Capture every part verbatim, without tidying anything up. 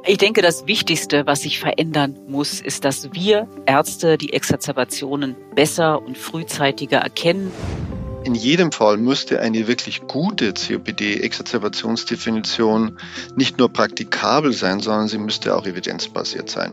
Ich denke, das Wichtigste, was sich verändern muss, ist, dass wir Ärzte die Exazerbationen besser und frühzeitiger erkennen. In jedem Fall müsste eine wirklich gute C O P D-Exazerbationsdefinition nicht nur praktikabel sein, sondern sie müsste auch evidenzbasiert sein.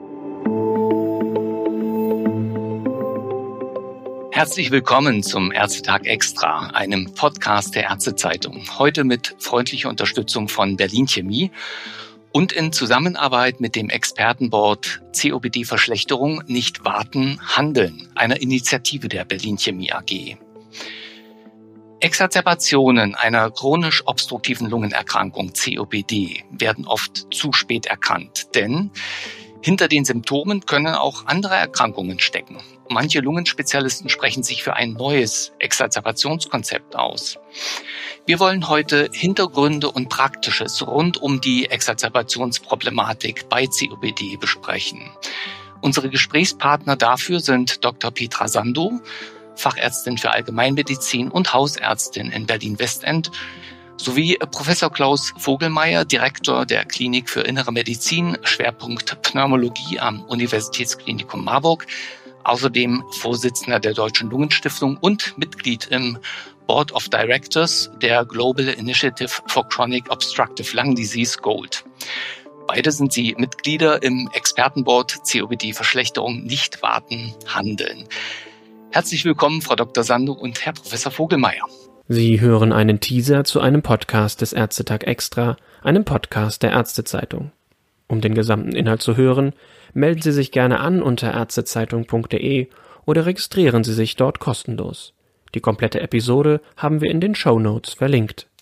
Herzlich willkommen zum Ärztetag Extra, einem Podcast der Ärztezeitung. Heute mit freundlicher Unterstützung von Berlin Chemie und in Zusammenarbeit mit dem Expertenboard C O P D-Verschlechterung nicht warten, handeln, einer Initiative der Berlin Chemie A G. Exazerbationen einer chronisch obstruktiven Lungenerkrankung C O P D werden oft zu spät erkannt, denn hinter den Symptomen können auch andere Erkrankungen stecken. Manche Lungenspezialisten sprechen sich für ein neues Exazerbationskonzept aus. Wir wollen heute Hintergründe und Praktisches rund um die Exazerbationsproblematik bei C O P D besprechen. Unsere Gesprächspartner dafür sind Doktor Petra Sandow, Fachärztin für Allgemeinmedizin und Hausärztin in Berlin-Westend, sowie Professor Klaus Vogelmeier, Direktor der Klinik für Innere Medizin, Schwerpunkt Pneumologie am Universitätsklinikum Marburg, außerdem Vorsitzender der Deutschen Lungenstiftung und Mitglied im Board of Directors der Global Initiative for Chronic Obstructive Lung Disease Gold. Beide sind sie Mitglieder im Expertenboard C O P D-Verschlechterung nicht warten, handeln. Herzlich willkommen, Frau Doktor Sandow und Herr Professor Vogelmeier. Sie hören einen Teaser zu einem Podcast des Ärztetag Extra, einem Podcast der Ärztezeitung. Um den gesamten Inhalt zu hören, melden Sie sich gerne an unter ärztezeitung punkt de oder registrieren Sie sich dort kostenlos. Die komplette Episode haben wir in den Shownotes verlinkt.